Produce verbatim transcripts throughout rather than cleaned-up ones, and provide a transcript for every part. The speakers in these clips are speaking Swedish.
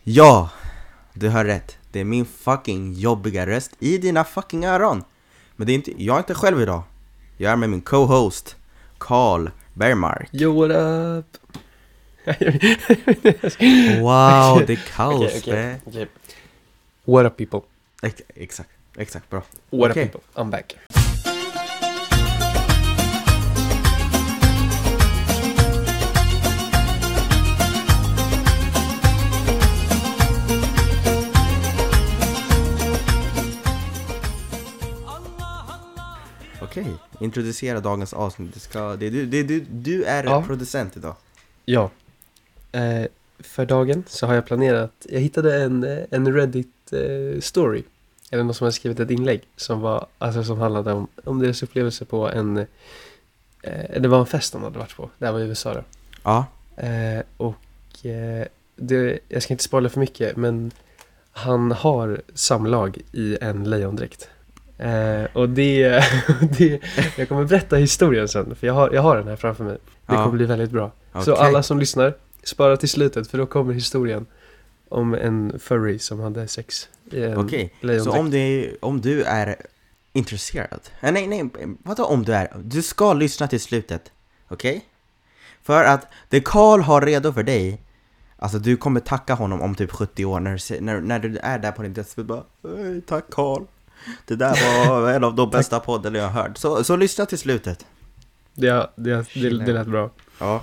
Ja, du har rätt. Det är min fucking jobbiga röst i dina fucking öron. Men det är inte, jag är inte själv idag. Jag är med min co-host Carl Bergmark. Yo, what up? Wow, det är kaos. Okay, okay, okay. What up people? Ex- exakt, exakt, bra. What Okay. up people? I'm back. Okej, introducera dagens avsnitt. Du, ska, det, du, det, du, du är Ja. producent idag. Ja. Eh, för dagen så har jag planerat. Jag hittade en, eh, en Reddit eh, story. Eller någon som har skrivit ett inlägg som var alltså som handlade om, om deras upplevelse på en eh, det var en fest de hade varit på. Det här var i U S A då. Ja. Eh, och eh, det, jag ska inte spoila för mycket, men han har samlag i en lejondräkt. Eh, och det, det jag kommer berätta historien sen, för jag har, jag har den här framför mig. Det Ja. kommer bli väldigt bra. Så Okej. alla som lyssnar, spara till slutet, för då kommer historien om en furry som hade sex i en Okej, så lejondräkt. om du, om du är intresserad. Eh, nej, nej, vadå om du är? Du ska lyssna till slutet. Okej? För att det Carl har redo för dig. Alltså du kommer tacka honom om typ sjuttio år när, när, när du är där på din dödsbädd. Bara, "Oj, tack Carl. Det där var en av de bästa podden jag har hört. Så, så lyssna till slutet. Det, det, det, det lät bra. Ja.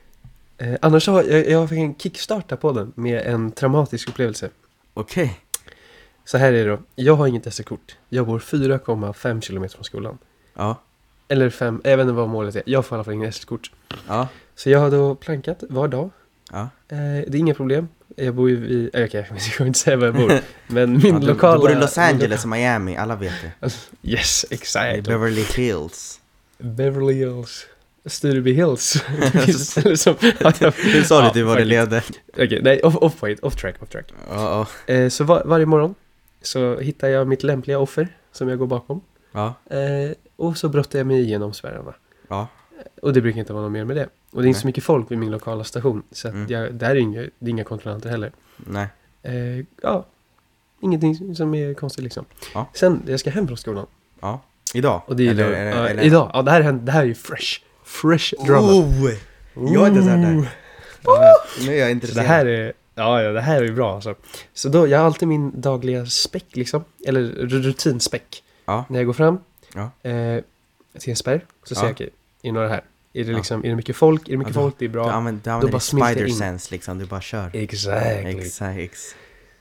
Eh, annars så har jag, jag fick en kickstarta på den med en traumatisk upplevelse. Okej. Så här är det då. Jag har inget S L-kort. Jag bor fyra komma fem kilometer från skolan. Ja. Eller fem, jag vet inte vad målet är. Jag får i alla fall inget S L-kort. Ja. Så jag har då plankat var dag. Ja. Eh, det är inga problem. Jag bor ju i... Eh, Okej, jag kan inte säga var jag bor. Men min Ja, du, lokala... du bor i Los min Angeles och Miami, alla vet det. Alltså, yes, I exakt. Beverly Hills. Beverly Hills. Stureby Hills. Eller som, Hur sa du Ja, till vad det fuck it. leder? Okej, nej, off, off point, off track, off track. Ja, Eh, så var, varje morgon så hittar jag mitt lämpliga offer som jag går bakom. ja, Eh, och så brottar jag mig igenom spärrarna. ja. Och det brukar inte vara något mer med det. Och det är inte Nej. så mycket folk vid min lokala station. Så att Mm. jag, där är inga, det är inga kontrollanter heller. Nej. Eh, ja, ingenting som är konstigt liksom. Ja. Sen, jag ska hem från skolan. Ja. Idag? Och det är Eller- eller, eller- ja, eller- idag. Ja, det här, är, det här är ju fresh. Fresh drama. Oh! Jag är inte så här där. Ooh. Ja, nu är jag Så intresserad. det här är, ja, ja, det här är ju bra alltså. Så då, jag har alltid min dagliga späck liksom. Eller r- rutinspäck. Ja. När jag går fram Ja. eh, till en spärr. Så Ja. säger jag, okej, är några här? Är det Ja. liksom, är det mycket folk? Är det mycket Ja, då- folk? Det är bra. Du använder, du Då använder bara ditt smilter jag spider in. sense liksom, du bara kör. Exactly. Exakt. ex-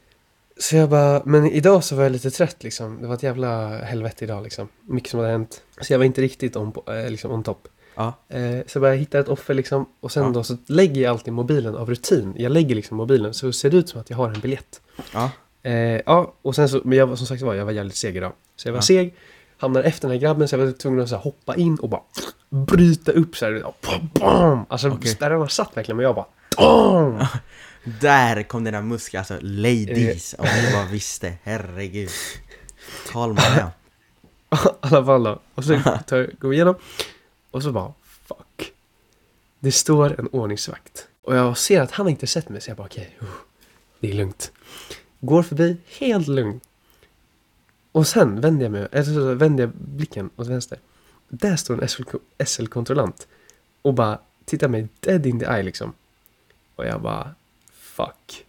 Så jag bara, men idag så var jag lite trött liksom. Det var ett jävla helvete idag liksom. Mycket som hade hänt. Så jag var inte riktigt on, eh, liksom on top. Ja. Eh, så jag bara hittade ett offer liksom. Och sen Ja. då så lägger jag alltid mobilen av rutin. Jag lägger liksom mobilen så ser det ut som att jag har en biljett. Ja. Eh, ja, och sen så, men jag var som sagt var, jag var jävligt seg idag. Så jag var Ja. seg, hamnade efter den här grabben så jag var tvungen att så här, hoppa in och bara bryta upp så här. Och bam, bam. Alltså Okej. spärrarna satt verkligen, men jag bara bam. Där kom den där muskeln, alltså ladies. Om ni bara visste, herregud. Carl man. I alla fall då. Och så tar jag, går igenom. Och så bara, fuck. Det står en ordningsvakt. Och jag ser att han inte sett mig. Så jag bara, okej, okay, det är lugnt. Går förbi, helt lugn. Och sen vänder jag mig, eller så vänder jag blicken åt vänster. Där står en S L-kontrollant. Och bara tittar mig dead in the eye liksom. Och jag bara, fuck.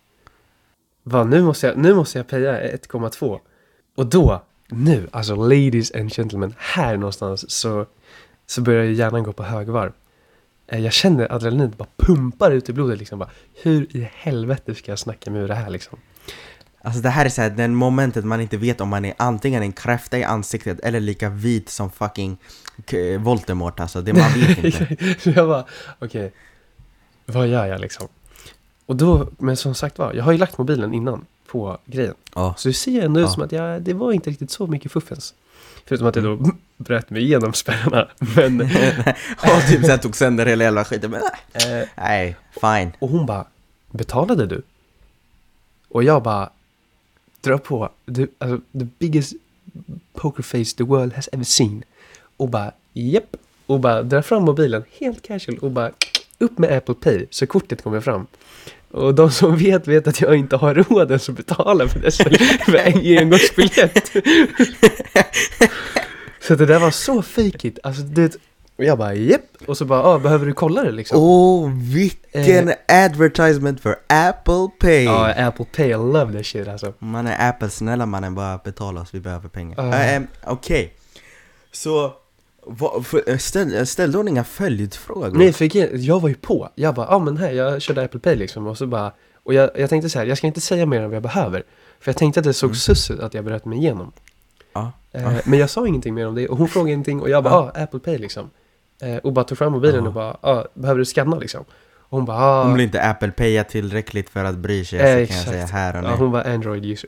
Va, nu måste jag, nu måste jag paya ett komma två. Och då, nu, alltså ladies and gentlemen, här någonstans så, så börjar hjärnan gå på högvarv. Eh, Jag känner adrenalin bara pumpar ut i blodet liksom. Bara, hur i helvete ska jag snacka med det här liksom? Alltså det här är så här, den momentet man inte vet om man är antingen en kräfta i ansiktet eller lika vit som fucking k- Voldemort, alltså det man vet inte. Så jag bara, okej, vad gör jag liksom? Och då, men som sagt var, jag har ju lagt mobilen innan på grejen. Ja. Så det ser ändå ut Ja. som att jag, det var inte riktigt så mycket fuffens. Förutom att jag då bröt mig igenom spärrarna. Men, Och typ sen tog sönder hela jävla skiten. Men eh, nej, fine. och hon bara, betalade du? Och jag bara, drar på, the, alltså, the biggest poker face the world has ever seen. Och bara, japp. Och bara drar fram mobilen, helt casual. Och bara, upp med Apple Pay, så kortet kommer fram. Och de som vet vet att jag inte har råd att betala för det för en engångsbiljett. Så det där var så fake it. Alltså det, och jag bara, jepp. Och så bara, ah, behöver du kolla det liksom? Åh, oh, vilken eh, advertisement för Apple Pay. Ja, Apple Pay, I love that shit alltså. Man är Apple, snälla mannen, bara betala oss, vi behöver pengar. Uh. uh, um, Okej, okay. Så va, för, ställ, ställde hon inga följdfrågor? Nej, för jag, jag var ju på. Jag bara, ja ah, men här, jag körde Apple Pay liksom. Och så bara, och jag, jag tänkte så här, jag ska inte säga mer än vad jag behöver. För jag tänkte att det såg mm. sus ut att jag bröt mig igenom. Ja. Uh. Uh. Men jag sa ingenting mer om det. Och hon frågade ingenting och jag bara, ja, ah, Apple Pay liksom. Uh, och bara tog fram mobilen uh. och bara, ah, behöver du skanna liksom? Och hon bara, ah. Hon blir inte Apple Paya tillräckligt för att bry sig, eh, så kan jag säga här och nu. Ja, hon var Android user.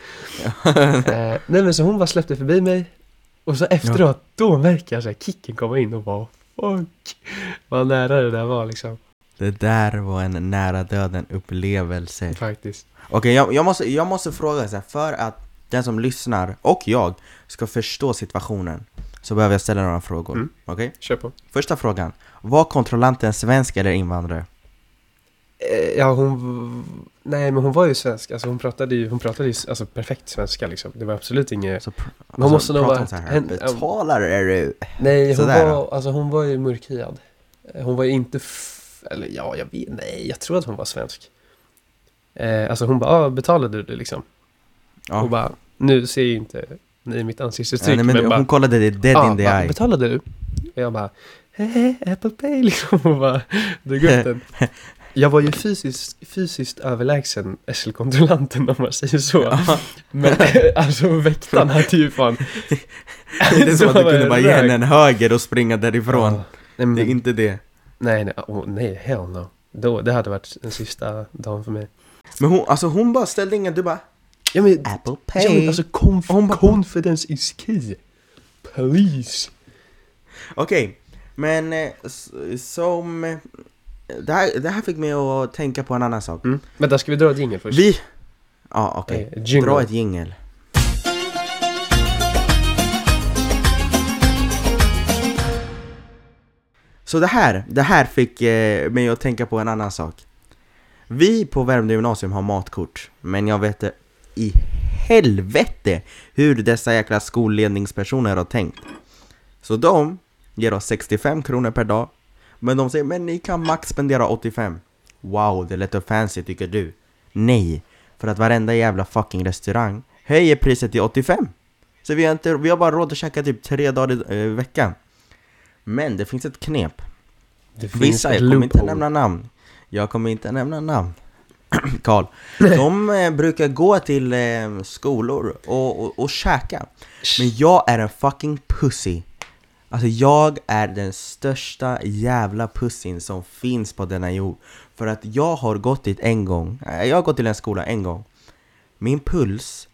uh, nej men så hon bara släppte förbi mig. Och så efteråt, ja. Då märker jag så här, kicken komma in och bara, fuck. Vad nära det där var liksom. Det där var en nära döden upplevelse. Faktiskt. Okej, okay, jag, jag, måste, jag måste fråga så här, för att den som lyssnar och jag ska förstå situationen, så behöver jag ställa några frågor. Mm. Okej? Okay? Kör på. Första frågan. Var kontrollanten svensk eller invandrare? Eh, ja, hon... Nej, men hon var ju svensk. Alltså hon pratade ju, hon pratade ju alltså, perfekt svenska liksom. Det var absolut inget... Så pr- man alltså, måste nog vara... Så här, en, betalar är du? Nej, hon Sådär, var, alltså, hon var ju mörkhyad. Hon var ju inte... F- eller ja, jag vet... Nej, jag tror att hon var svensk. Eh, alltså hon bara, ah, betalade du det liksom? Ja. Hon bara, nu ser ju inte ni mitt ansiktsuttryck. Ja, men men bara, hon kollade det dead ah, in the bara, eye. Betalade du? Och jag bara, hehe, Apple Pay liksom. Och bara, drog upp den. Jag var ju fysiskt, fysiskt överlägsen S L-kontrollanten om man säger så. Ja. Men alltså väktarna hade ju fan... Det är som att du kunde bara ge henne en höger och springa därifrån. Ja. Nej, men, det är inte det. Nej, nej, oh, nej, hell no. Då, det hade varit den sista dagen för mig. Men hon, alltså hon bara ställde ingen, du bara... Ja, men, Apple Pay. Ja, men alltså conf- hon bara, confidence is key. Please. Okej, okay, men eh, som... Eh, det, här, det här fick mig att tänka på en annan sak. Mm. Men då ska vi dra ett jingle först. Vi... Ja, okej. Okay. Eh, dra ett jingle. Så det här, det här fick eh, mig att tänka på en annan sak. Vi på Värmdö gymnasium har matkort, men jag vet i helvete hur dessa jäkla skolledningspersoner har tänkt. Så de ger oss sextiofem kronor per dag, men de säger, men ni kan max spendera åttiofem. Wow, det är lätt och fancy, tycker du? Nej, för att varenda jävla fucking restaurang höjer priset till åttiofem. Så vi har, inte, vi har bara råd att käka typ tre dagar i eh, veckan. Men det finns ett knep. Det finns Vissa, jag kommer inte nämna namn. Jag kommer inte nämna namn. Karl. De eh, brukar gå till eh, skolor och, och, och käka. Men jag är en fucking pussy. Alltså jag är den största jävla pussin som finns på denna jord. För att jag har gått dit en gång. Jag har gått till en skola en gång. Min puls...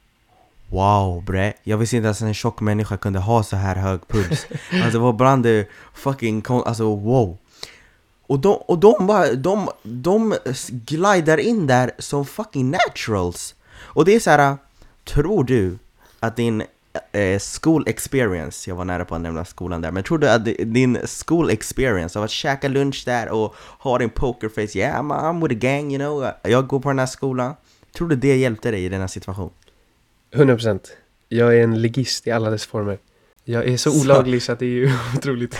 Wow, bre. Jag visste inte att en tjock människa kunde ha så här hög puls. Alltså det var bland det fucking... Alltså wow. Och de, och de bara, de, de glider in där som fucking naturals. Och det är så här, tror du att din eh, school experience, jag var nära på att nämna skolan där, men tror du att din school experience av att käka lunch där och ha din pokerface, yeah I'm with a gang, you know, jag går på den här skolan, tror du det hjälpte dig i den här situationen? hundra procent. Jag är en legist i alla dess former. Jag är så olaglig så att det är ju otroligt.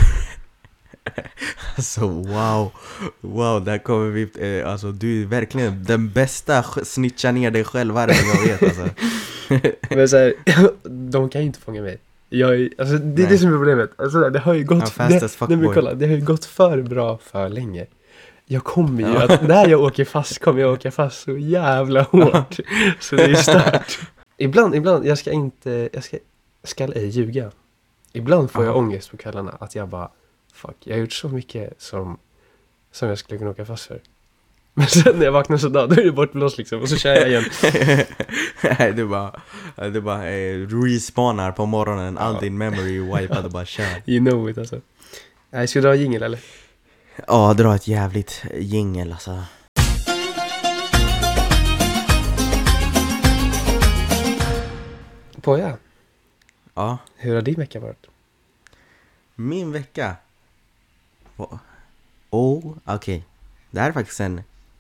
Alltså wow. Wow, där kommer vi eh, alltså du är verkligen den bästa snitcha ner dig själv här jag vet alltså. Men så här, de kan ju inte fånga mig. Jag är, alltså det är Nej. Det som är problemet. Alltså det har ju gått det, nej, men kolla, det har ju gått för bra för länge. Jag kommer ju att när jag åker fast kommer jag åka fast så jävla hårt. Så det är stört. Ibland, ibland, jag ska inte, jag ska, ska ej ljuga. Ibland får jag uh-huh. ångest på kvällarna att jag bara, fuck, jag har gjort så mycket som, som jag skulle kunna åka fast för. Men sen när jag vaknar så då, då är det bortblåst liksom, och så kör jag igen. Nej, du bara, du bara eh, respawnar på morgonen, all ja. din memory wipad och bara kör. You know it alltså. Jag ska dra jingle eller? Ja, dra ett jävligt jingle alltså. Poja. Ja. Hur har din vecka varit? Min vecka? Oh, okej. Okay. Det här är faktiskt en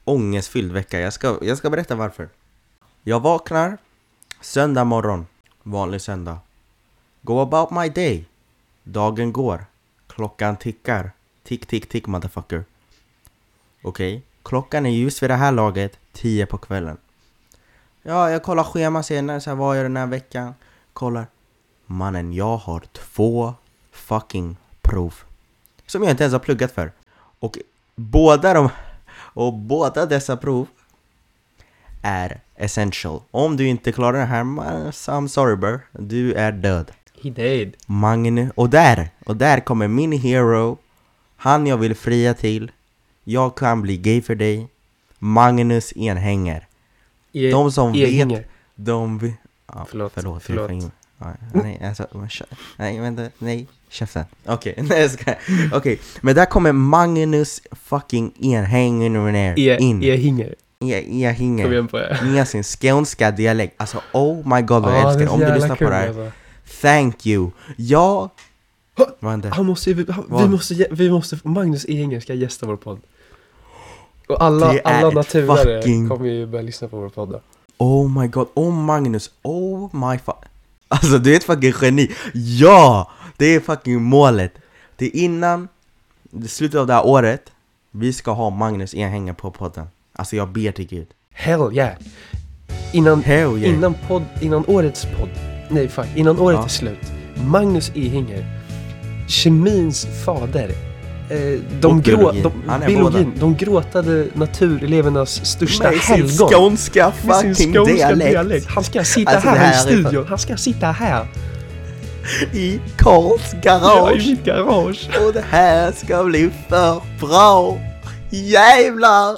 ångestfylld vecka. Jag ska, jag ska berätta varför. Jag vaknar söndag morgon. Vanlig söndag. Go about my day. Dagen går. Klockan tickar. Tick, tick, tick, motherfucker. Okej. Okay. Klockan är just vid det här laget tio på kvällen. Ja, jag kollar schema senare. Så här, vad är den här veckan? Kollar. Mannen, jag har två fucking prov. Som jag inte ens har pluggat för. Och båda de... Och båda dessa prov är essential. Om du inte klarar det här, I'm sorry bro. Du är död. He did. Magnus. Och där. Och där kommer min hero. Han jag vill fria till. Jag kan bli gay för dig. Magnus Enhänger. E- de som Enhänger. vet. De vet. Ja, förlåt. Förlåt. förlåt. förlåt. Ja, nej, alltså, nej, vänta, nej, käften. Okej, okay, nej, jag ska. Okej, okay. Men där kommer Magnus fucking Enhänger E- in. Enhänger. Enhänger. Kom igen på det. Med sin skånska dialekt. Alltså, oh my god, vad jag Ah, älskar det. Om du lyssnar på det här. Alltså. Thank you. Jag... Vad hände? Han måste ju, han, vi Vad? måste, vi måste, Magnus Enhänger ska gästa vår podd. Och alla, Det är alla ett naturare fucking- kommer ju börja lyssna på vår podd då. Oh my god, oh Magnus, oh my fuck. Alltså du är ett fucking geni. Ja, det är fucking målet. Det är innan det slutet av det här året. Vi ska ha Magnus Enhänger på podden. Alltså jag ber till Gud. Hell yeah. Innan, Hell yeah. innan, podd, innan årets podd. Nej fuck, innan året Ja. är slut. Magnus Enhänger. Kemins fader. Eh, de, Och grå, biologin. de, Han är biologin, de gråtade naturelevernas största Med sin helgon. skånska Med sin fucking skånska dialekt. dialekt. Han ska sitta Alltså, det här, här i är studion. Han ska sitta här. I Karls Ja, garage. i mitt garage. Och det här ska bli för bra. Jävlar.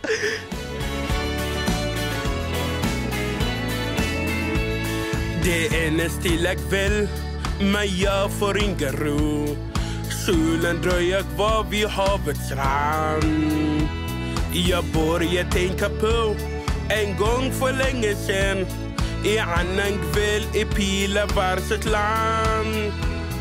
Det är en stilla kväll, men jag får ingen ro. Solen dröjer kvar vid havets rand. Jag börjar tänka på en gång för länge sen. I annan kväll i Pilavarset land.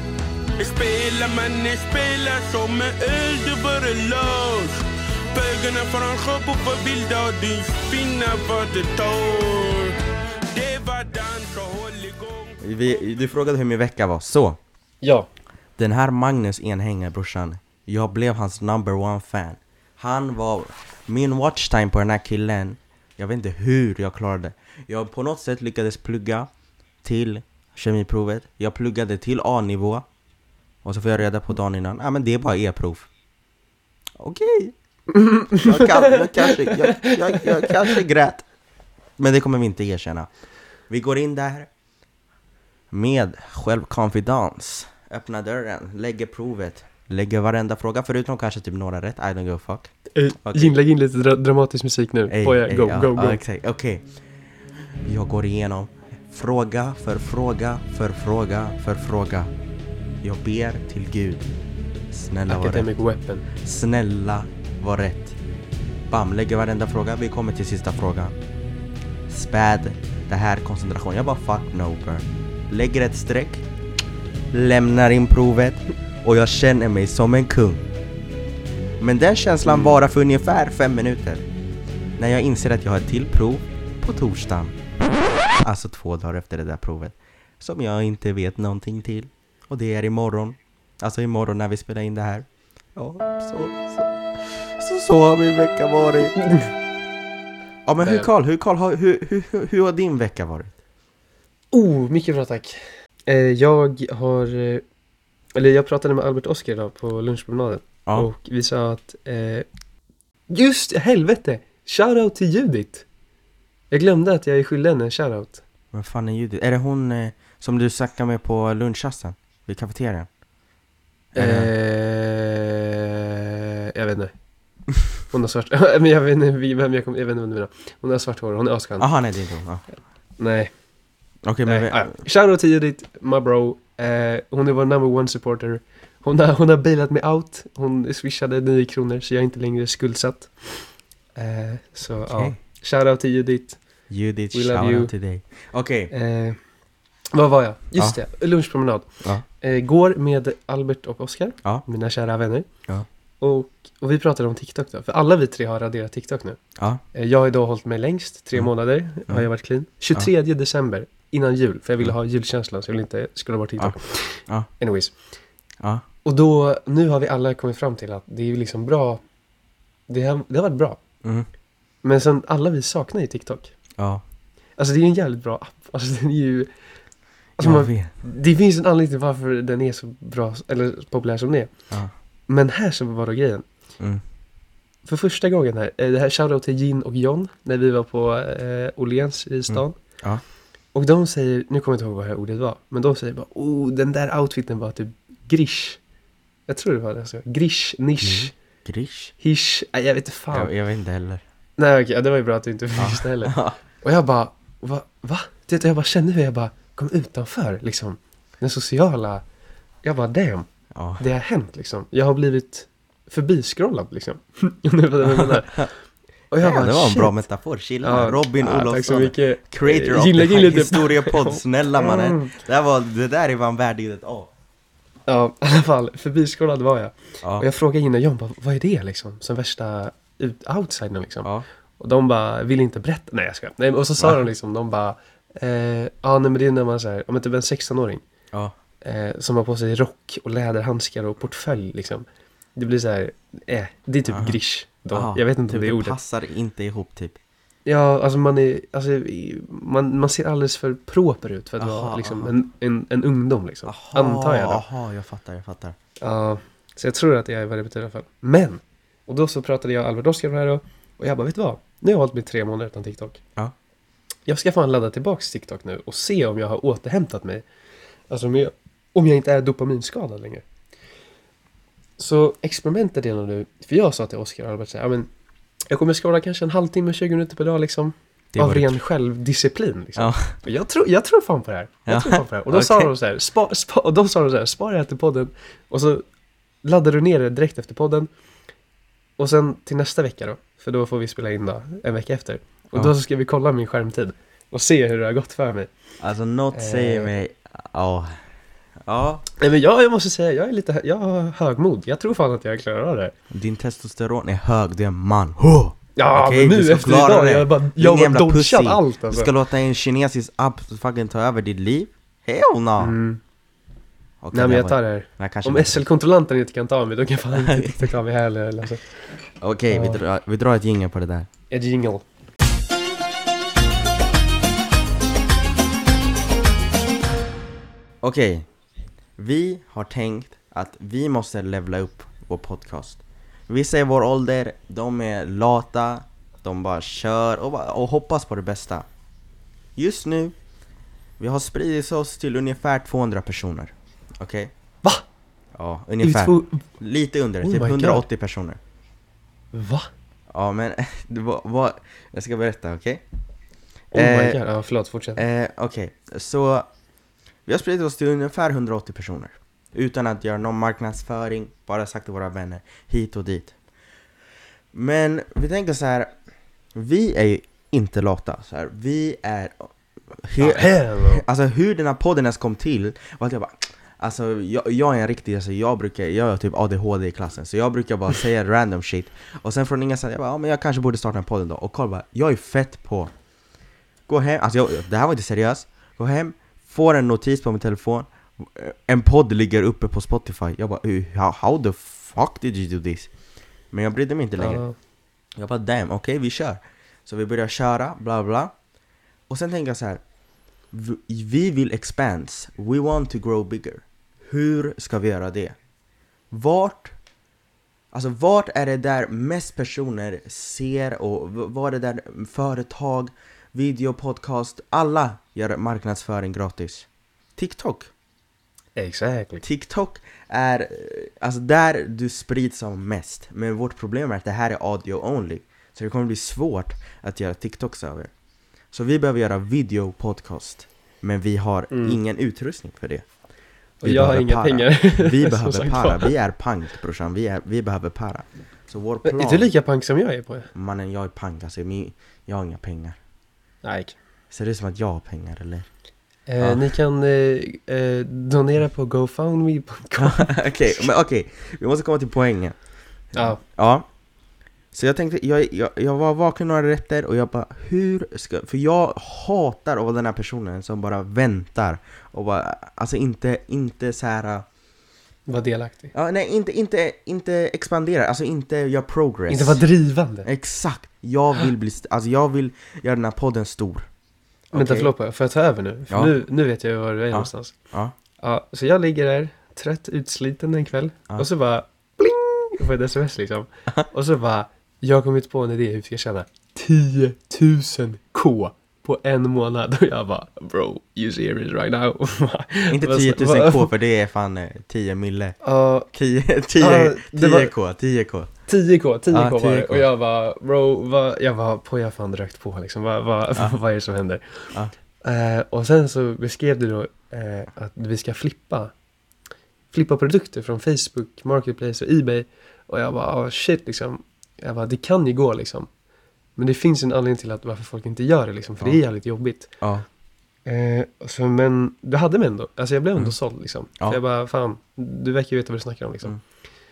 Spelar man spelar som en eld över en lås. Bögarna från Sjöbo för vilda och du finna vad det tar. Det var dans och håll igång. Vi, du frågade hur min vecka var. Så, Ja. den här Magnus Enhänger, brorsan. Jag blev hans number one fan. Han var min watchtime på den här killen. Jag vet inte hur jag klarade. Jag på något sätt lyckades plugga till kemiprovet. Jag pluggade till A-nivå. Och så får jag reda på dagen innan. Ja, ah, men det är bara E-prov. Okej. Okay. Jag, kan, jag, kanske, jag, jag, jag kanske grät. Men det kommer vi inte erkänna. Vi går in där med självkonfidens. Öppna dörren, lägger provet. Lägger varenda fråga, förutom kanske typ några rätt. I don't give a fuck. Eh, Okej. Gin, lägg in lite dra- dramatisk musik nu. Ey, Boja, ey, go, ja, go, go. ja, exakt. Okej. Jag går igenom fråga för fråga för fråga för fråga. Jag ber till Gud. Snälla var rätt. Academic weapon. Snälla var rätt. Bam, lägger varenda fråga. Vi kommer till sista frågan. Späd. Det här koncentration. Jag bara fuck no bro. Lägger ett streck. Lämnar in provet. Och jag känner mig som en kung. Men den känslan Mm. varar för ungefär fem minuter. När jag inser att jag har ett till prov på torsdagen. Alltså två dagar efter det där provet. Som jag inte vet någonting till. Och det är imorgon. Alltså imorgon när vi spelar in det här. Ja, så, så, så, så har min vecka varit. Ja, men hur Karl, hur, Karl, har- hur, hur, hur, hur har din vecka varit? Oh, mycket bra tack. Eh, jag har... Eh, eller jag pratade med Albert Oskar idag på lunchpromenaden. Ja. Och vi sa att... Eh, just helvete! Shoutout till Judith. Jag glömde att jag är skyldig henne en shoutout. Vad fan är Judith? Är det hon eh, som du snackade med på lunchrasten? Vid kafeterian? Är det- Eh, jag vet inte. Hon har svart... men jag vet inte vem jag kommer... Jag vet inte vem du menar. Hon har svart hår. Hon är askan. Aha, nej det är inte hon. Ja. Nej. Okej, men... Nej. Ah, shoutout till Judith, my bro. Eh, hon är vår number one supporter. Hon har, hon har bailat mig out. Hon swishade nio kronor så jag är inte längre skuldsatt. Eh, så Okej. ja. Shoutout till Judith. Judith, We love shout you. out till dig. Okej. Eh, vad var jag? Just det, lunchpromenad. Ja. Eh, går med Albert och Oskar, Ja. mina kära vänner. Ja. Och, och vi pratade om TikTok då. För alla vi tre har raderat TikTok nu. Ja. Eh, Jag har idag hållit mig längst. Tre Mm. månader har Mm. jag varit clean. tjugotredje december. Innan jul. För jag ville ha julkänslan. Så jag ville inte scrolla bort TikTok. Ja. Anyways. Ja. Och då, nu har vi alla kommit fram till att det är liksom bra. Det har, det har varit bra. Mm. Men sen alla vi saknar ju TikTok. Ja. Alltså det är en jävligt bra app. Alltså den är ju... Alltså Jag man, vet. det finns en anledning till varför den är så bra, eller populär som den är. Ja. Men här så var det grejen. Mm. För första gången här, eh, det här shoutout till Gin och John när vi var på eh, Åhléns i stan. Mm. Ja. Och de säger, nu kommer jag inte ihåg vad det här ordet var, men de säger bara, oh den där outfiten var typ grish. Jag tror det var det så. Grish, niche, Mm. Grish? hish, nej, jag vet inte fan. Jag, jag vet inte heller. Nej okej, ja, det var ju bra att du inte Ja. visste heller. Ja. Och jag bara, va? va? Du vet, jag bara kände hur jag bara kom utanför liksom. Den sociala, jag bara damn. Ja. Det har hänt liksom. Jag har blivit förbiscrollad liksom. Nu vad jag menar. Och jag Ja, bara, det var en shit. bra metafor. Chilla. Ja, Robin ja, tack så Olofsson. mycket. Creator of Gilla, the gilla, det- historiepodd. Snälla mannen. Mm. Det, här var, det där är vad en värdig ett A. Ja, i alla fall. Förbiscrollad var jag. Ja. Och jag frågade innan John, bara, vad är det liksom? Som värsta ut, outsidern liksom. Ja. Och de bara, vill inte berätta. Nej jag ska. Nej, och så sa Va? de liksom, de bara, eh, ja nej men det är när man så här, om inte en sexton-åring. Ja. Eh, som har på sig rock och läderhandskar och portfölj liksom. Det blir så här, eh, det är typ Aha. grish. Då. Aha. Jag vet inte Typ om det är ordet. passar inte ihop typ. Ja, alltså man är, alltså i- man, man ser alldeles för proper ut för att Aha, vara liksom aha. en, en, en ungdom liksom. Aha, Antar jag då. Aha, jag fattar, jag fattar. Ja, så jag tror att det är vad det betyder i alla fall. Men, och då så pratade jag Albert Oskar här då, och jag bara, vet du vad? Nu har jag hållit mig tre månader utan TikTok. Ja. Jag ska fan ladda tillbaks TikTok nu och se om jag har återhämtat mig. Alltså om jag, om jag inte är dopaminskadad längre. Så experimentet är nu, för jag sa till Oskar och Albert så här, ja men jag kommer scrolla kanske en halvtimme, tjugo minuter per dag liksom. Det Av var ren självdisciplin liksom. Ja. Och jag, tror, jag tror fan på det här. Jag Ja. tror fan på det här. Och då sa Okej. de så här, spa, spa, och då sa de så här, spara det här till podden. Och så laddar du ner det direkt efter podden. Och sen till nästa vecka då, för då får vi spela in då, en vecka efter. Och Ja. då så ska vi kolla min skärmtid och se hur det har gått för mig. Alltså något Eh. säger mig... Ja. Ja. Nej men jag, jag måste säga, jag är lite, jag har högmod. Jag tror fan att jag klarar av det. Din testosteron är hög, du är en man. Huh! Ja, Okej, men du nu ska efter klara idag, det. jag har bara, Din jag har jävla bara dodgat pussy. allt Du alltså. ska låta en kinesisk app fucking ta över ditt liv? Hell no! Mm. Okej, Nej men det jag var- tar det här. Nej, kanske Om var- S L-kontrollanten inte kan ta mig, då kan fan inte TikTok ta mig heller. Alltså. Okej, vi, Ja. drar, vi drar ett jingle på det där. Ett jingle. Okej, vi har tänkt att vi måste levla upp vår podcast. Vissa i vår ålder, de är lata, de bara kör och, bara, och hoppas på det bästa. Just nu, vi har spridit oss till ungefär tvåhundra personer. Okej? Va? Ja, Är vi ungefär. två- Lite under, Oh typ my God. hundraåttio personer. Va? Ja, men det var, var, jag ska berätta, okej? Oh my Eh, god, ja förlåt, fortsätt. Eh, Okej, så vi har spridit oss till ungefär hundraåttio personer. Utan att göra någon marknadsföring, bara sagt till våra vänner, hit och dit. Men vi tänker så här, vi är ju inte lata. Så här, vi är... Hur, Ja, hell no. alltså hur den här podden ens kom till, var att jag bara... Alltså jag, jag är en riktig, alltså jag brukar, jag är typ A D H D i klassen. Så jag brukar bara säga random shit. Och sen från ingenstans, jag bara, ja men jag kanske borde starta en podd då. Och Carl bara, jag är fett på... Gå hem, alltså jag, det här var inte seriöst. Gå hem, får en notis på min telefon. En podd ligger uppe på Spotify. Jag bara, how, how the fuck did you do this? Men jag brydde mig inte längre. Ja. Jag bara, damn, okej okay, vi kör. Så vi börjar köra, bla bla. Och sen tänker jag så här. Vi, vi vill expands. We want to grow bigger. Hur ska vi göra det? Vart Alltså vart är det där mest personer ser, och v- var är det där företag, video, podcast, alla gör marknadsföring gratis? TikTok. Exactly. TikTok är, eh, alltså där du sprids som mest. Men vårt problem är att det här är audio only. Så det kommer bli svårt att göra TikToks över. Så vi behöver göra video podcast. Men vi har Mm. ingen utrustning för det. Och Vi jag har behöver inga para. pengar. Vi Som behöver sagt para, var. vi är pank brorsan, vi, är, vi behöver para. Så vår Men plan, är du lika pank som jag är på det? mannen jag är pank alltså, min, jag har inga pengar. Nej. Ser det ut som att jag har pengar eller? Eh, Ja. Ni kan eh, eh, donera på GoFundMe punkt com. Okej, men okej, vi måste komma till poängen. Ja. Ja. Så jag tänkte, jag, jag, jag var vaken några rätter och jag bara, hur ska... För jag hatar att vara den här personen som bara väntar och bara, alltså inte, inte så här... Var delaktig. Ja, nej, inte, inte, inte expandera, alltså inte göra progress. Inte vara drivande. Exakt, jag vill bli, st- alltså jag vill göra den här podden stor. Vänta, Okej? förlåt, får jag ta över nu? För Ja. nu, nu vet jag var du är Ja. någonstans. Ja. Ja, så jag ligger där, trött, utsliten en kväll. Ja. Och så bara, bling! På ett sms liksom. Och så bara, jag har kommit på en idé hur vi ska tjäna tio tusen k på en månad. Och jag bara, bro, you serious right now? Inte Vad- tio tusen vad- k för det är fan eh, tio mille. Ja, tio Ja, tio det var- k, tio k. tio k, tio k Ja, var tio det. k. Och jag bara, bro, vad, jag var på, jag fan rökt på liksom. Vad, vad, Ja. vad är det som händer? Ja. Eh, och sen så beskrev du då eh, att vi ska flippa flippa produkter från Facebook, Marketplace och eBay. Och jag bara, oh, shit liksom. Jag bara, det kan ju gå liksom. Men det finns en anledning till att varför folk inte gör det liksom. För Ja. det är jävligt jobbigt. Ja. Eh, så, men det hade mig ändå. Alltså jag blev ändå Mm. såld liksom. Ja. För jag bara, fan, du verkar ju veta vad du snackar om liksom. Mm.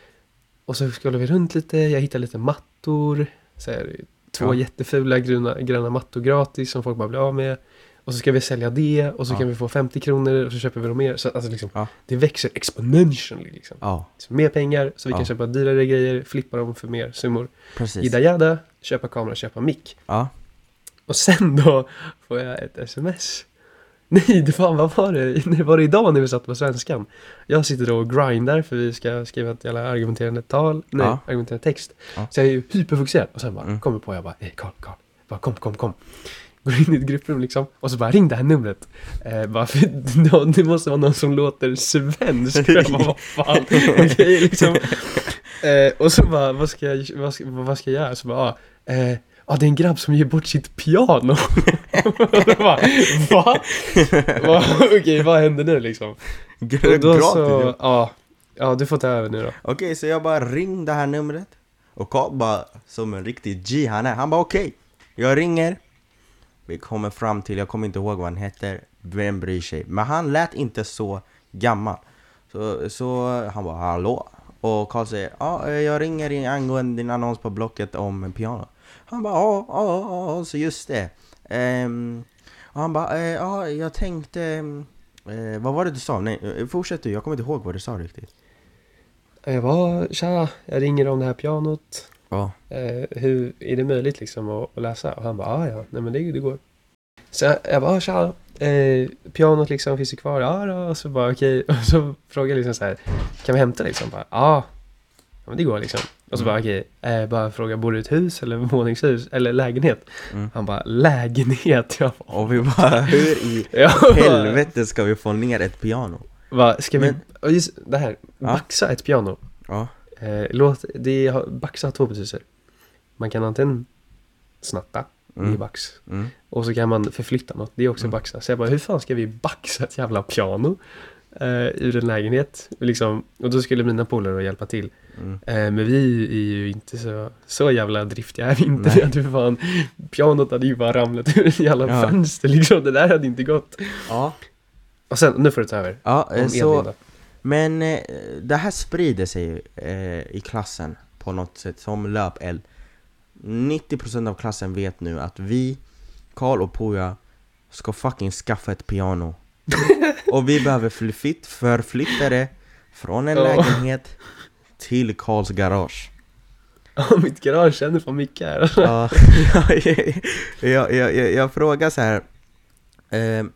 Och så scrollade vi runt lite. Jag hittade lite mattor. Så här, två Ja. jättefula gröna, gröna mattor gratis som folk bara blir av med. Och så ska vi sälja det. Och så Ja. kan vi få femtio kronor. Och så köper vi dem mer. Så alltså liksom, Ja. det växer exponentially liksom. Ja, Så mer pengar. Så vi Ja. kan köpa dyrare grejer. Flippa dem för mer summor. precis. Jada jada. Köpa kamera, köpa mick. Ja. Och sen då får jag ett sms. Nej, det fan, vad var det? Det var det idag när vi satt på svenskan. Jag sitter då och grindar för vi ska skriva ett jävla argumenterande tal. Nej, Ja. argumenterande text. Ja. Så jag är ju hyperfokuserad. Och sen bara Mm. kommer på, jag bara, hej Carl, Carl. Bara kom, kom, kom. Går in i ett grupprum liksom. Och så bara ring det här numret. Eh, bara för då, det måste vara någon som låter svensk. Jag bara, vad fan. Okej, liksom. Eh, och så bara, vad ska jag, vad ska, vad ska jag göra? Så bara, ah, eh, ja, ah, det är en grabb som ger bort sitt piano. Och jag bara, va? va? Okej, vad händer nu liksom? Och Gr- då gratis. så, ja, ja, du får ta över nu då. Okej, så jag bara ring det här numret. Och Carl bara, som en riktig G han är. Han bara okej, jag ringer. Vi kommer fram till, jag kommer inte ihåg vad han heter. Vem bryr sig? Men han lät inte så gammal. Så, så han bara hallå. Och Carl säger, ja jag ringer in angående din annons på Blocket om en piano. Han bara, ja, ja, ja, så just det. Ehm, och han bara, eh, ja jag tänkte, eh, vad var det du sa? Nej, fortsätt du, jag kommer inte ihåg vad du sa riktigt. Jag bara, tja, jag ringer om det här pianot. Ja. Eh, hur är det möjligt liksom att, att läsa? Och han bara, ah, ja, nej men det, det går. Så jag, jag bara, tja, eh, pianot liksom finns ju kvar. Ja, då. Och så bara, okej. Och så frågar jag liksom så här, kan vi hämta liksom? Bara, ja, ja men det går liksom. Och så Mm. bara, okej, eh, bara fråga, bor du i ett hus eller våningshus eller lägenhet? Mm. Han bara, lägenhet. Jag bara, Och vi bara, hur i ja, helvete ska vi få ner ett piano? Va, ska vi, Men- och just det här, Ja. baxa ett piano. Ja, Eh, låt, det har, baxa har två betydelser. Man kan antingen snatta, det är Mm. bax. mm. Och så kan man förflytta något, det är också Mm. baxa. Så jag bara, hur fan ska vi baxa ett jävla piano eh, ur en lägenhet? Liksom, och då skulle mina polare hjälpa till. Mm. Eh, men vi är ju inte så, så jävla driftiga är vi inte. Nej. Att du fan, pianot hade ju bara ramlat ur en jävla Ja. fönster liksom. Det där hade inte gått. Ja, Och sen, nu får du ta över. ja Om eh, Edvin så, då. men eh, det här sprider sig ju eh, i klassen på något sätt som löpeld. nittio procent av klassen vet nu att vi, Carl och Poja, ska fucking skaffa ett piano. Och vi behöver flytt, förflytta det från en Ja. lägenhet till Carls garage. Ja, mitt garage känner fan mycket här. Ja, jag, jag, jag, jag frågar så här. Eh,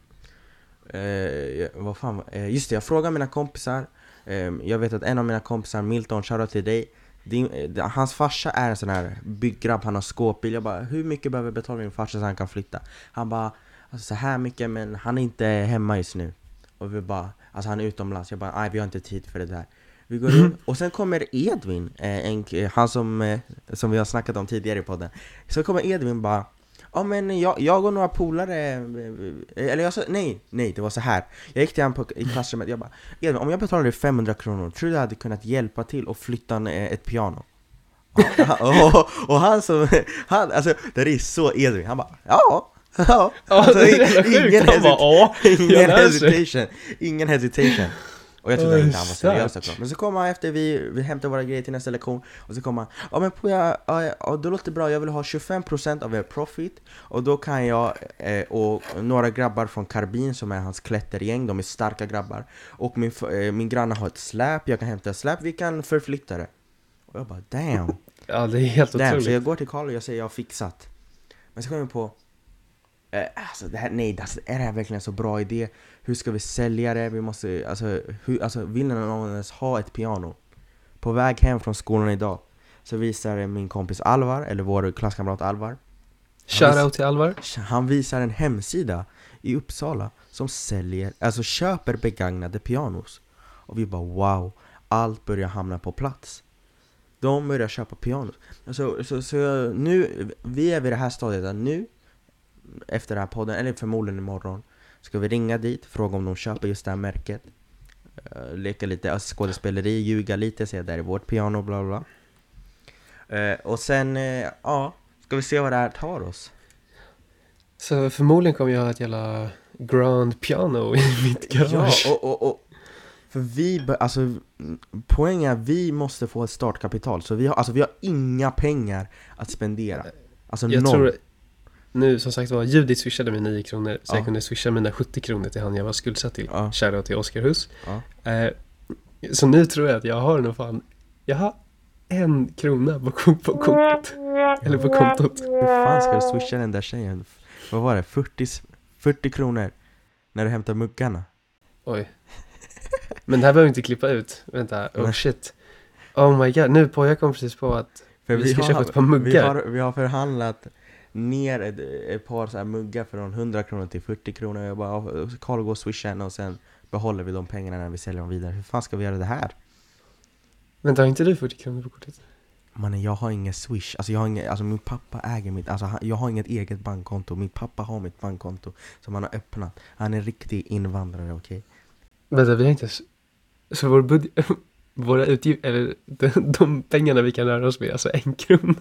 eh, vad fan var- eh, just det, jag frågar mina kompisar. eh, Jag vet att en av mina kompisar, Milton, shoutout till dig. Din, eh, hans farsa är en sån här bygggrabb, han har skåpbil. Jag bara, hur mycket behöver jag betala min farsa så han kan flytta? Han bara, alltså så här mycket, men han är inte hemma just nu. Och vi bara, alltså han är utomlands. Jag bara, nej vi har inte tid för det där. Vi går in, och sen kommer Edvin, eh, en, han som, eh, som vi har snackat om tidigare i podden. Så kommer Edvin bara, ja men jag, jag och några polare, eh, eller jag sa, nej, nej det var så här. Jag gick till han på, i klassrummet, jag bara, Edvin, om jag betalar dig femhundra kronor, tror du jag hade kunnat hjälpa till att flytta en, eh, ett piano? och, och, och han som, han, alltså det är så Edvin, han bara, ja. Ja, Ja, alltså, det är jävla sjukt. ingen, Han bara, hesit- ja, jag ingen läser. hesitation, ingen hesitation. Och jag trodde Oj, inte han var seriös starkt. såklart. Men så kommer han efter vi, vi hämtar våra grejer till nästa lektion. Och så kommer han, ja men på jag, ja, ja, det låter bra, jag vill ha tjugofem procent av er profit. Och då kan jag, eh, och några grabbar från Karbin som är hans klättergäng, de är starka grabbar. Och min, eh, min granne har ett släp, jag kan hämta ett släp, vi kan förflytta det. Och jag bara, damn. Ja, det är helt damn. otroligt. Så jag går till Carl och jag säger, jag har fixat. Men så kommer jag på, eh, alltså det här, nej, alltså, är det här verkligen en så bra idé? Hur ska vi sälja det? Vi måste, alltså, hur, alltså vill någon ens ha ett piano? På väg hem från skolan idag så visar min kompis Alvar, eller vår klasskamrat Alvar. Shoutout till Alvar. Han visar en hemsida i Uppsala som säljer, alltså köper begagnade pianos. Och vi bara wow, allt börjar hamna på plats. De börjar köpa pianos. Alltså, så, så nu, vi är vid det här stadiet att nu, efter den här podden, eller förmodligen imorgon, ska vi ringa dit, fråga om de köper just det här märket. Uh, leka lite alltså, skådespeleri, ljuga lite, säga där är vårt piano, bla bla. Uh, och sen, uh, ja, ska vi se vad det här tar oss. Så förmodligen kommer jag ha ett jävla grand piano i mitt garage. Ja, och, och, och för vi, be- alltså poängen är att vi måste få ett startkapital. Så vi har, alltså vi har inga pengar att spendera. Alltså Jag noll. tror, nu som sagt var, Judith swishade mig nio kronor. Så Ja. jag kunde swisha mina sjuttio kronor till han jag var skuldsatt till. Ja. Shoutout till Oskar Hus. Ja. Eh, så nu tror jag att jag har nog fan, jag har en krona på, ko- på kortet. Eller på kontot. Hur fan ska du swisha den där tjejen? Vad var det? fyrtio, fyrtio kronor när du hämtar muggarna. Oj. Men det här behöver vi inte klippa ut. Vänta, oh Nej. shit. Oh my god, nu på jag kom precis på att För vi ska köpa ett par muggar. Vi har, vi har förhandlat ner ett, ett par så här muggar från hundra kronor till fyrtio kronor. Jag bara, Carl går och swisha henne och sen behåller vi de pengarna när vi säljer dem vidare. Hur fan ska vi göra det här? Vänta, har inte du fyrtio kronor på kortet? Man, jag har ingen swish. Alltså jag har ingen, alltså min pappa äger mitt, alltså han, jag har inget eget bankkonto. Min pappa har mitt bankkonto som han har öppnat. Han är en riktig invandrare, okej? Okay? Vänta, vi har inte... s- Så vår budget... Våra utgifter, eller de, de pengarna vi kan röra oss med, alltså en krona.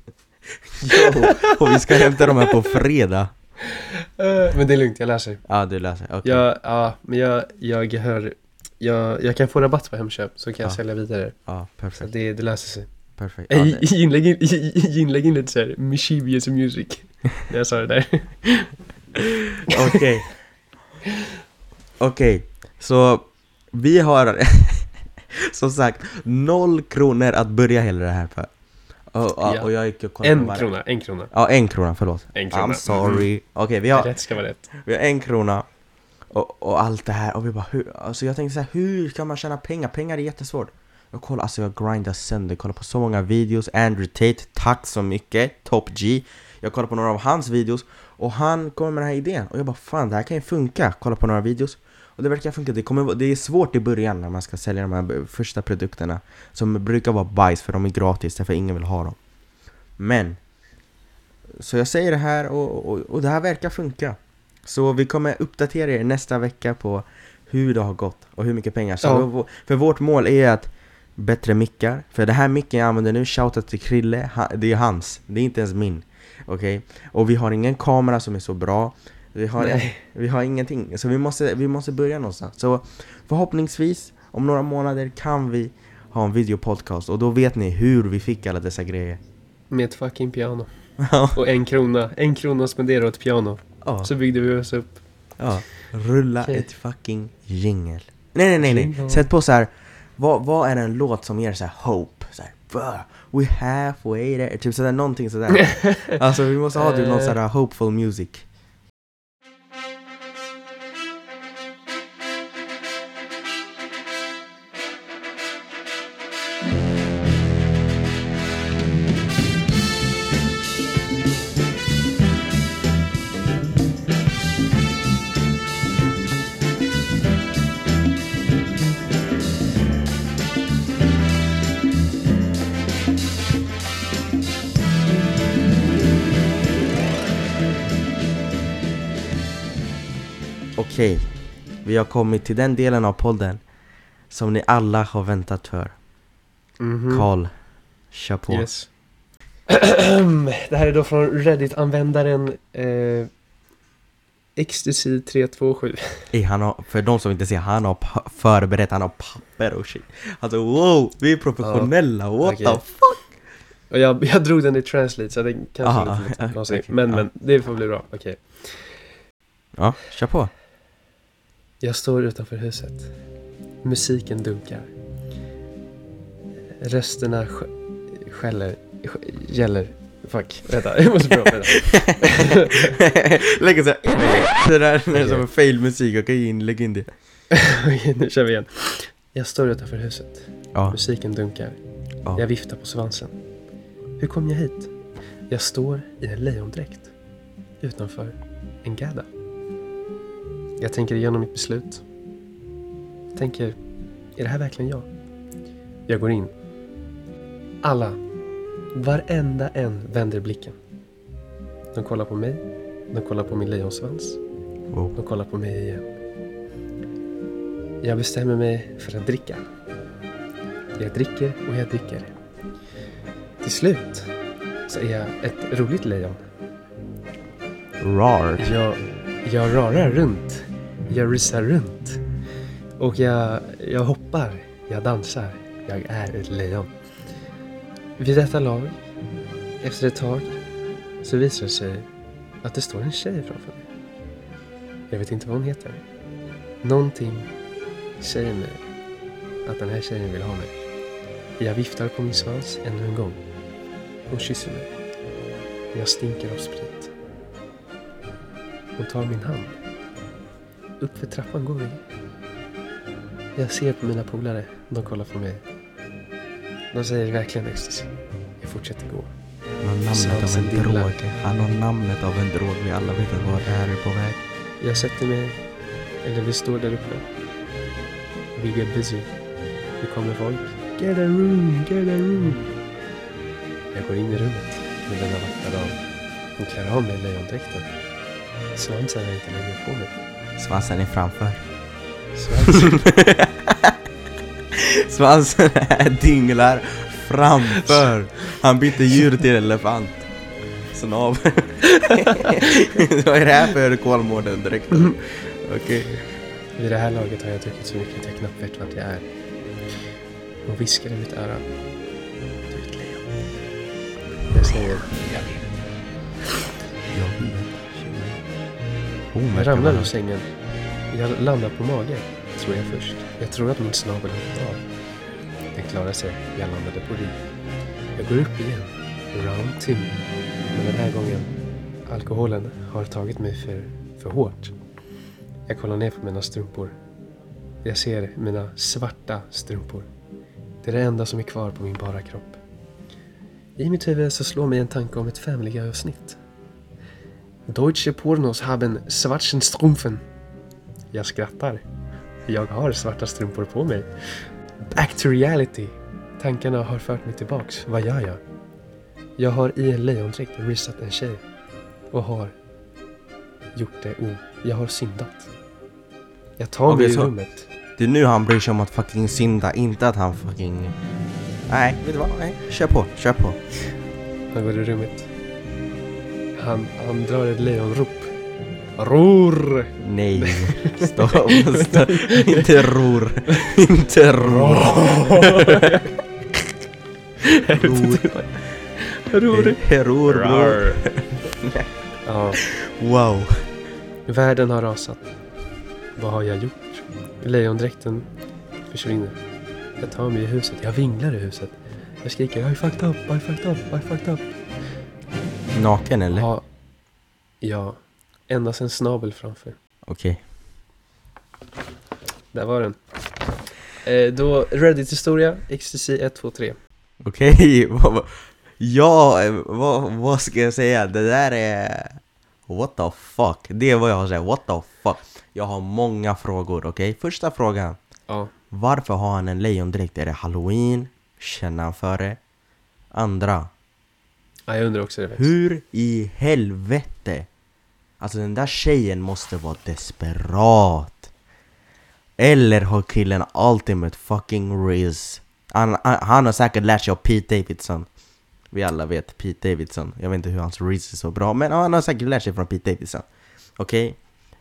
Jo, och vi ska hämta dem här på fredag. Eh, Men det är lugnt, jag läser. Ja, du läser, okej. Okay. Jag, ja, men jag, jag hör... Jag, jag kan få rabatt på Hemköp, så kan jag Ja. sälja vidare. Ja, Så perfekt. det, det löser sig. Perfekt. Ja, Jag det, inlägg in, inlägg in lite såhär mischievous music när jag sa det där. okej. Okej, så vi har som sagt noll kronor att börja hela det här för. Och, och, Ja. och jag gick och kollade på En varje- krona, en krona. Ja, en krona, förlåt. En krona. I'm sorry. Okej, vi har Rätt ska vara rätt. Vi har en krona och, och allt det här. Och vi bara, hur, alltså jag tänkte så här, hur kan man tjäna pengar? Pengar är jättesvårt. Jag kollar, alltså jag grindar sönder. Jag kollar på så många videos. Andrew Tate, tack så mycket. Top G. Jag kollar på några av hans videos. Och han kommer med den här idén. Och jag bara, fan det här kan ju funka. Kolla på några videos. Och det verkar funka. Det, kommer, det är svårt i början när man ska sälja de här första produkterna. Som brukar vara bajs för de är gratis. Därför ingen vill ha dem. Men så jag säger det här och, och, och det här verkar funka. Så vi kommer uppdatera er nästa vecka på hur det har gått och hur mycket pengar. Så Ja. då, för vårt mål är att bättre mickar. För det här micken jag använder nu, shoutout till Krille, ha, det är hans. Det är inte ens min. Okej? Okay? Och vi har ingen kamera som är så bra. Vi har, Nej. vi har ingenting. Så vi måste, vi måste börja någonstans. Så förhoppningsvis om några månader kan vi ha en videopodcast. Och då vet ni hur vi fick alla dessa grejer. Med ett fucking piano. Och en krona. En krona spenderar åt piano. Ja. Så byggde vi oss upp. Ja, rulla Okej. ett fucking jingle. Nej, nej, nej, nej. Jingle. Sätt på så här. Vad, vad är en låt som ger så här hope? Så här, "Bruh, we halfway there." Typ sådär, någonting sådär. Alltså vi måste ha typ någon sån här hopeful music. Okej, vi har kommit till den delen av podden som ni alla har väntat för. Mhm. Carl, kör på. Yes. Det här är då från Reddit-användaren eh, Ecstasy tre två sju. Ey, han har, för de som inte ser, han har pa- förberett, han har papper och shit. Alltså wow, vi är professionella, ja, what okay. the fuck? Och jag, jag drog den i translate så det kanske Aha, lite lite okay, men, ja. men det får bli bra, okej. Okay. Ja, kör på. Jag står utanför huset. Musiken dunkar. Rösterna sk- skäller, sk- gäller. Fuck, vänta, jag måste prata. Lägg så här. Det där är okay. Som en fail musik, okej, okay, in, lägg in det. Okej, nu kör vi igen. Jag står utanför huset. Ja. Musiken dunkar. Ja. Jag viftar på svansen. Hur kom jag hit? Jag står i en lejondräkt. Utanför en gädda. Jag tänker igenom mitt beslut. Jag tänker, är det här verkligen jag? Jag går in. Alla, varenda en vänder blicken. De kollar på mig. De kollar på min lejonsvans. Wow. De kollar på mig igen. Jag bestämmer mig för att dricka. Jag dricker och jag dricker. Till slut så är jag ett roligt lejon. Rar. Jag, jag rarar runt. Jag risar runt. Och jag, jag hoppar. Jag dansar. Jag är ett lejon. Vid detta lag, efter ett tag, så visar det sig att det står en tjej framför mig. Jag vet inte vad hon heter. Någonting säger mig att den här tjejen vill ha mig. Jag viftar på min svans ännu en gång. Hon kysser mig. Jag stinker av sprit. Hon tar min hand. Upp för trappan går vi. Jag ser på mina polare. De kollar på mig. De säger verkligen ecstasy. Jag fortsätter gå. Han har namnet av en drog. Han har namnet av en drog. Vi alla vet att vad det här är på väg. Jag sätter mig. Eller vi står där uppe. We get busy. Det kommer folk. Get a room, get a room. Jag går in i rummet med denna vackra dam. Hon klär av mig lejondräkten. Svansen är inte längre på mig. Svansen är framför. Svansen. Svansen är dinglar framför. Han bytte djur till elefant. Snav. Vad är det här för Kolmården direkt? Okej. Okay. Vid det här laget har jag druckit så mycket att jag knappt vet vart jag är. Hon viskar i mitt öra. Du är ett lejon. Jag säger, jag vet. Jag vet. Jag ramlar ur sängen. Jag landar på magen, tror jag först. Jag tror att min snabel har av. Den klarar sig. Jag landade på rygg. Jag går upp igen. Round two. Men den här gången, alkoholen har tagit mig för, för hårt. Jag kollar ner på mina strumpor. Jag ser mina svarta strumpor. Det är det enda som är kvar på min bara kropp. I mitt huvud så slår mig en tanke om ett Family Guy-avsnitt. Deutsche Pornos haben schwarzen Strumpfen. Jag skrattar. Jag har svarta strumpor på mig. Back to reality. Tankarna har fört mig tillbaks. Vad gör jag? Jag har i en lejondräkt risat en tjej. Och har gjort det. Oh, jag har syndat. Jag tar mig i rummet. Det är nu han bryr sig om att fucking synda. Inte att han fucking... Nej, vet du vad? Nej, kör på, kör på. Han går i rummet. Han, han drar ett lejonrop. Ror! Nej, stopp, stopp. Inte ror. Inte ror. Ror. Ror. Ror. Ja. Wow. Världen har rasat. Vad har jag gjort? Lejondräkten försvinner. Jag tar mig i huset. Jag vinglar i huset. Jag skriker I fucked up, I fucked up, I fucked up. Naken eller? Ja. Ja. Endast en snabel framför. Okej. Okay. Där var den. Eh, då Reddit-historia. Ecstasy ett, två, tre. Okej. Okay. Ja, vad, vad ska jag säga? Det där är... What the fuck? Det är vad jag har sagt. What the fuck? Jag har många frågor, okej? Okay? Första frågan. Ja. Varför har han en lejondräkt? Är det Halloween? Känner han för det? Andra. Ja, jag undrar också det. Faktiskt. Hur i helvete? Alltså den där tjejen måste vara desperat. Eller har killen ultimate fucking riz? Han, han, han har säkert lärt sig av Pete Davidson. Vi alla vet Pete Davidson. Jag vet inte hur hans riz är så bra. Men han har säkert lärt sig från Pete Davidson. Okej? Okay?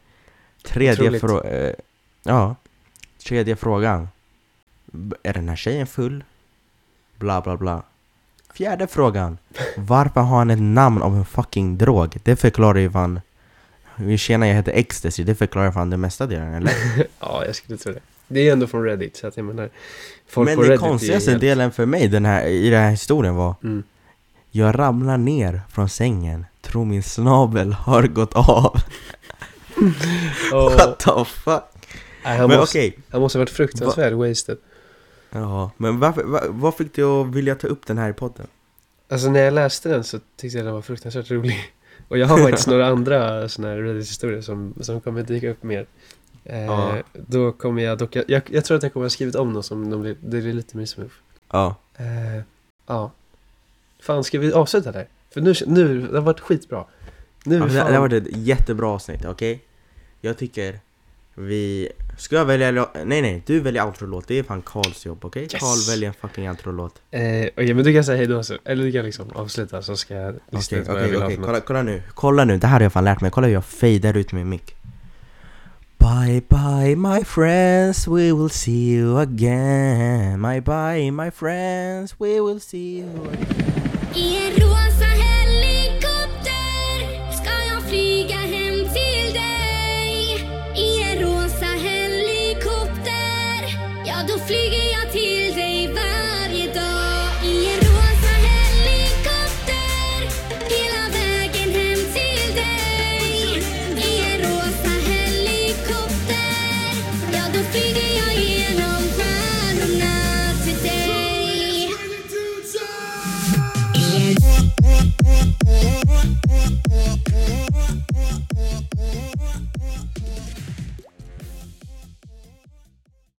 Tredje Otroligt. frå- eh, Ja. Tredje frågan. B- Är den här tjejen full? Bla bla bla. Fjärde frågan. Varför har han ett namn av en fucking drog? Det förklarar ju fan. Vi tjänar jag heter Ecstasy. Det förklarar fan det mesta delen, eller? Ja, jag skulle tro det. Det är ändå från Reddit, så att jag menar... Folk Men på det Reddit konstigaste är helt- delen för mig den här, i den här historien var Mm. jag ramlar ner från sängen. Tror min snabel har gått av. Och, What the fuck? nej, han, Men måste, okej. han måste ha varit fruktansvärt wasted. Ja, men varför, vad, vad fick du att vilja ta upp den här i podden? Alltså när jag läste den så tyckte jag den var fruktansvärt rolig. Och jag har faktiskt några andra såna här Reddit-historier som, som kommer dyka upp mer. Eh, Ja. Då kommer jag dock... Jag, jag tror att jag kommer ha skrivit om något som de, blir- det är lite mer smooth. Ja. Eh, ja. Fan, ska vi avsluta där? För nu, nu det har varit skitbra. Nu Ja, är det, fan... det var ett jättebra avsnitt, okej? Jag tycker vi... Ska jag välja... lo- Nej, nej, du väljer outro-låt. Det är fan Karls jobb, okej? Yes! Karl väljer en fucking outro-låt. Eh, Okej, men du kan säga hej då så. Eller du kan liksom avsluta så ska jag lista Okej, ut vad jag okej, vill ha okej. för något. Kolla, kolla nu. Kolla nu. Det här har jag fan lärt mig. Kolla hur jag fejdar ut min mick. Bye bye my friends, we will see you again. Bye bye my friends, we will see you again. I en rosa